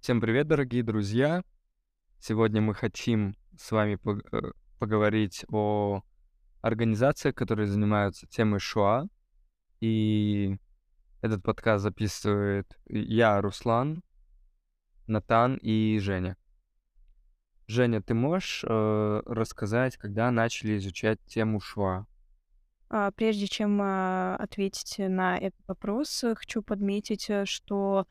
Всем привет, дорогие друзья! Сегодня мы хотим с вами поговорить о организациях, которые занимаются темой Шоа. И этот подкаст записывает я, Руслан, Натан и Женя. Женя, ты можешь рассказать, когда начали изучать тему Шоа? Прежде чем ответить на этот вопрос, хочу подметить, что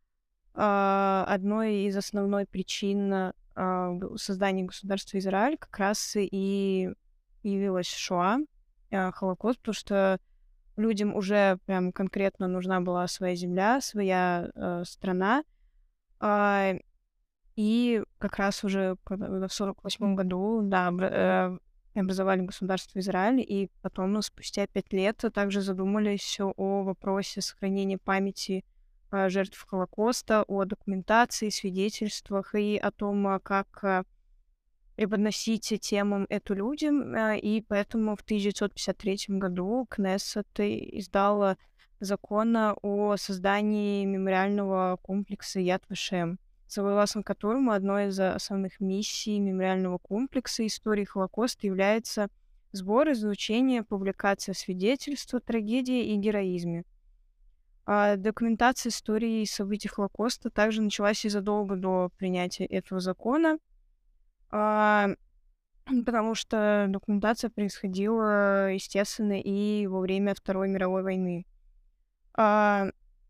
одной из основной причин создания государства Израиль как раз и явилась Шоа, Холокост, потому что людям уже прям конкретно нужна была своя земля, своя страна. А, и как раз уже когда в 48 году, да, образовали государство Израиль, и потом, спустя 5 лет также задумались о вопросе сохранения памяти жертв Холокоста, о документации, свидетельствах и о том, как преподносить темам эту людям. И поэтому в 1953 году Кнессет издала закон о создании мемориального комплекса Яд Вашем, согласно которому одной из основных миссий мемориального комплекса истории Холокоста является сбор, изучение, публикация свидетельств о трагедии и героизме. Документация истории и событий Холокоста также началась и задолго до принятия этого закона, а, потому что документация происходила, естественно, и во время Второй мировой войны. А,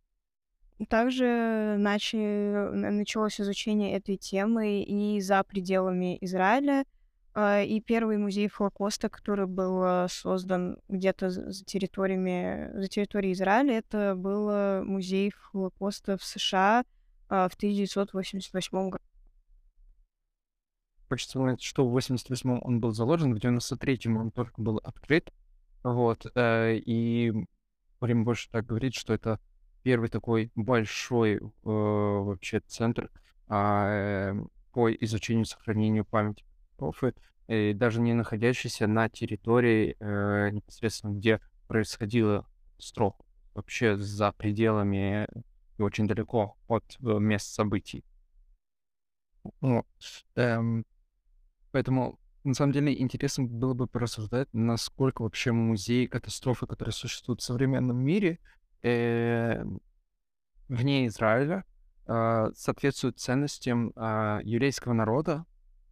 Также началось изучение этой темы и за пределами Израиля. И первый музей Холокоста, который был создан где-то за территорией Израиля, это был музей Холокоста в США в 1988 году. Хочется сказать, что в 88-м он был заложен, в 93-м он только был открыт. Вот, и будем больше так говорить, что это первый такой большой, вообще центр, по изучению, сохранению памяти катастрофы, даже не находящийся на территории, непосредственно, где происходила катастрофа, вообще за пределами и очень далеко от, мест событий. Вот, эм, поэтому на самом деле интересно было бы порассуждать, насколько вообще музеи катастрофы, которые существуют в современном мире, э, вне Израиля, соответствуют ценностям еврейского народа,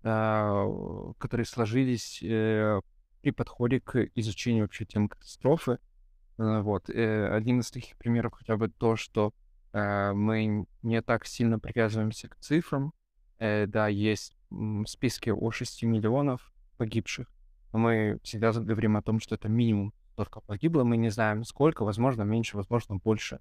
которые сложились при подходе к изучению вообще темы катастрофы. Вот. Один из таких примеров хотя бы то, что мы не так сильно привязываемся к цифрам. Да, есть списки о 6 миллионов погибших, но мы всегда говорим о том, что это минимум только погибло. Мы не знаем, сколько, возможно, меньше, возможно, больше.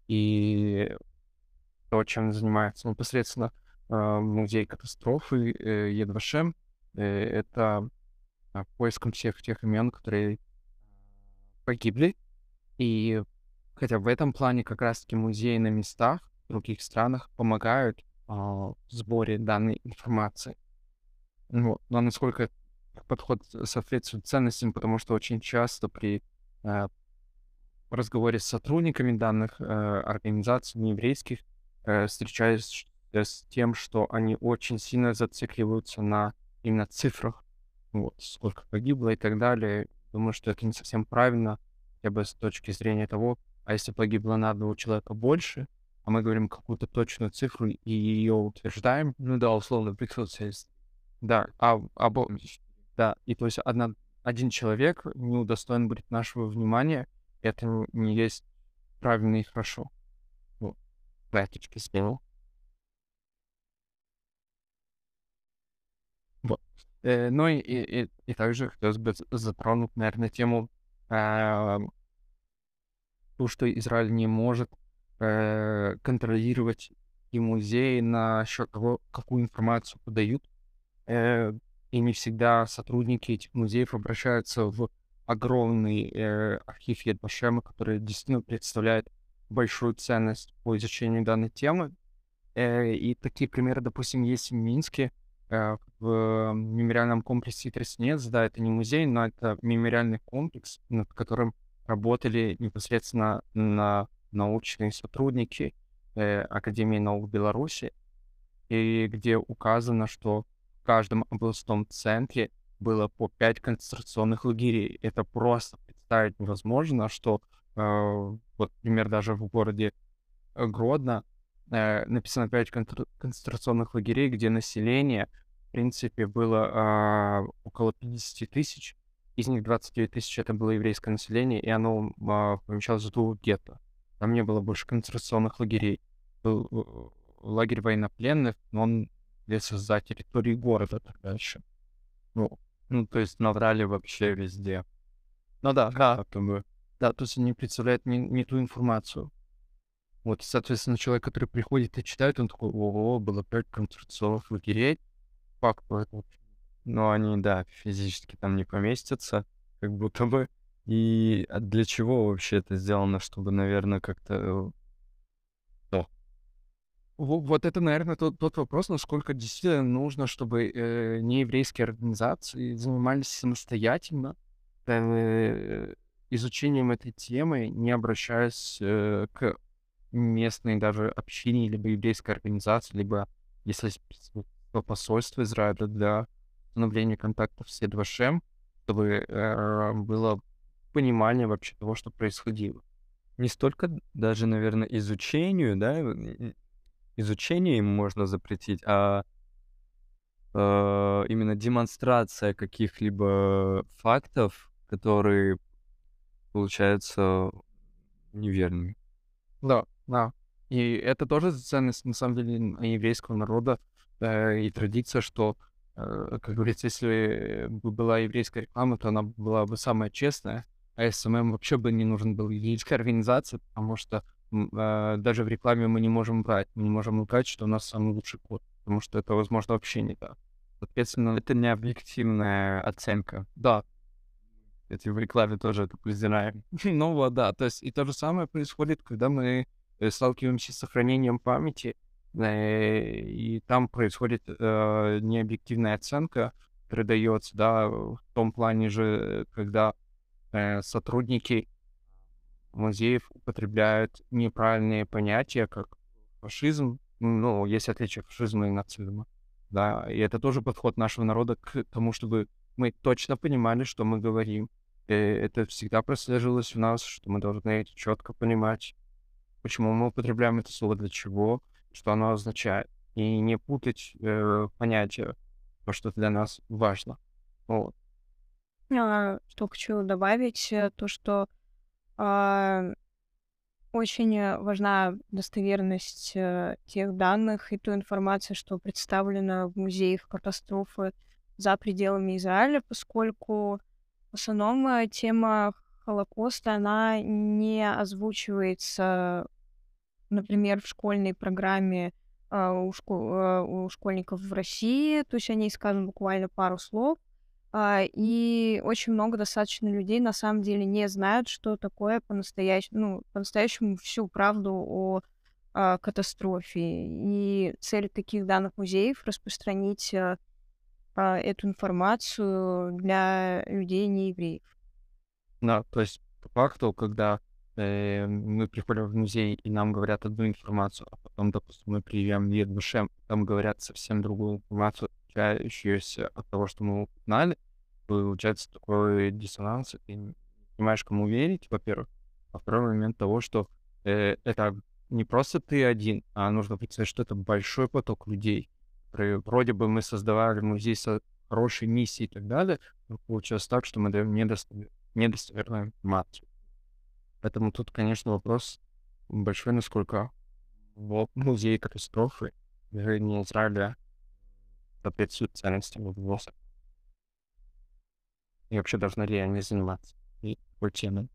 И то, чем занимается непосредственно музей катастрофы Yad Vashem, это поиском всех тех имен, которые погибли. И хотя в этом плане как раз-таки музеи на местах в других странах помогают в сборе данной информации. Вот. Но насколько этот подход соответствует ценностям, потому что очень часто при э, разговоре с сотрудниками данных организаций нееврейских встречаюсь с тем, что они очень сильно зацикливаются на именно цифрах, вот, сколько погибло и так далее. Думаю, что это не совсем правильно, хотя бы с точки зрения того, а если погибло на одного человека больше, а мы говорим какую-то точную цифру и ее утверждаем, ну да, условно, присутствие, да, да, и то есть один человек не удостоен будет нашего внимания, это не есть правильно и хорошо. Вот, с этой точки зрения. Вот. Ну и также хотелось бы затронуть, наверное, тему, а, то, что Израиль не может контролировать и музеи насчет того, какую информацию подают. Э, и не всегда сотрудники этих музеев обращаются в огромный архив Yad Vashem, который действительно представляет большую ценность по изучению данной темы. И такие примеры, допустим, есть в Минске, в мемориальном комплексе Трясинец. Да, это не музей, но это мемориальный комплекс, над которым работали непосредственно научные сотрудники Академии наук Беларуси. и где указано, что в каждом областном центре было по 5 концентрационных лагерей. Это просто представить невозможно, что, вот, например, даже в городе Гродно написано 5 концентрационных лагерей, где население, в принципе, было около 50 тысяч. Из них 29 тысяч это было еврейское население, и оно помещалось в двух гетто. Там не было больше концентрационных лагерей. Был лагерь военнопленных, но он длился за территорией города тогда еще. Ну, Ну, то есть наврали вообще везде. ну да, да, Как бы. да, то есть они представляют не ту информацию. Вот, соответственно, человек, который приходит и читает, он такой: ого, было 5 концентрационных лагерей. Факт это. Но они, да, физически там не поместятся, как будто бы. И для чего вообще это сделано? Чтобы, наверное, как-то... Ну, Вот это, наверное, тот вопрос, насколько действительно нужно, чтобы нееврейские организации занимались самостоятельно изучением этой темы, не обращаясь к местной даже общине, либо еврейской организации, либо, если есть посольство Израиля для установления контактов с Йад Вашем, чтобы было понимание вообще того, что происходило. не столько даже, наверное, изучению, да, изучение им можно запретить, а именно демонстрация каких-либо фактов, которые получаются неверными. Да, да. И это тоже ценность, на самом деле, еврейского народа и традиция, что, как говорится, если бы была еврейская реклама, то она была бы самая честная, а СММ вообще бы не нужен был еврейской организации, потому что даже в рекламе мы не можем брать. Мы не можем лгать, что у нас самый лучший код, потому что это, возможно, вообще не так. Соответственно, Это не объективная оценка. да, Эти в рекламе тоже это презираем. ну вот, да. То есть и то же самое происходит, когда мы сталкиваемся с сохранением памяти, и там происходит необъективная оценка, которая дается, да, в том плане же, когда сотрудники музеев употребляют неправильные понятия, как фашизм. Ну, есть отличие фашизма и нацизма. Да, и это тоже подход нашего народа к тому, чтобы мы точно понимали, что мы говорим. Это всегда прослеживалось в нас, что мы должны четко понимать, почему мы употребляем это слово, для чего, что оно означает. И не путать понятия, то, что для нас важно. Вот. Что хочу добавить, то, что а, очень важна достоверность тех данных и той информации, что представлено в музеях катастрофы за пределами Израиля, поскольку в основном тема Холокоста, она не озвучивается, например, в школьной программе у школьников в России, то есть о ней сказано буквально пару слов, и очень много достаточно людей на самом деле не знают, что такое по-настоящему всю правду о катастрофе. И цель таких данных музеев — распространить эту информацию для людей неевреев. Да, то есть по факту, когда мы приходим в музей и нам говорят одну информацию, а потом, допустим, мы приезжаем в Йад Вашем, там говорят совсем другую информацию, отличающуюся от того, что мы узнали, получается такой диссонанс, и ты не понимаешь, кому верить, во-первых. А второй момент того, что это не просто ты один, а нужно представить, что это большой поток людей, которые вроде бы мы создавали музей с хорошей миссией и так далее, но получилось так, что мы даем недостоверную информацию. Поэтому тут, конечно, вопрос большой, насколько музей катастрофы движение Израиля соответствует ценностям вопроса. И вообще должны ли они заниматься такой темой.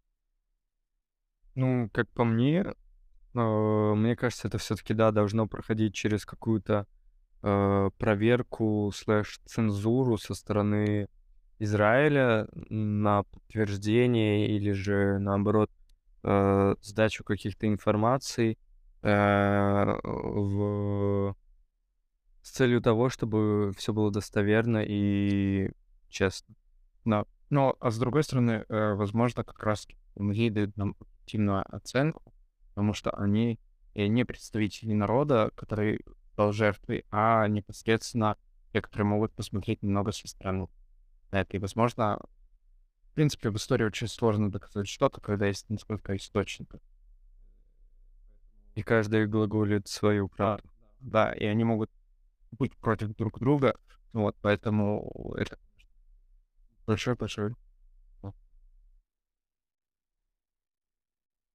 Ну, как по мне кажется, это все-таки, да, должно проходить через какую-то проверку /цензуру со стороны Израиля на подтверждение или же, наоборот, сдачу каких-то информаций с целью того, чтобы все было достоверно и честно. Да. Но, а с другой стороны, возможно, как раз музей дают нам объективную оценку, потому что они не представители народа, который стал жертвой, а непосредственно те, которые могут посмотреть немного со стороны на это. И, возможно, в принципе, в истории очень сложно доказать что-то, когда есть несколько источников. И каждый глаголит свою Да, правду. да, и они могут быть против друг друга. Вот, поэтому это большой-большой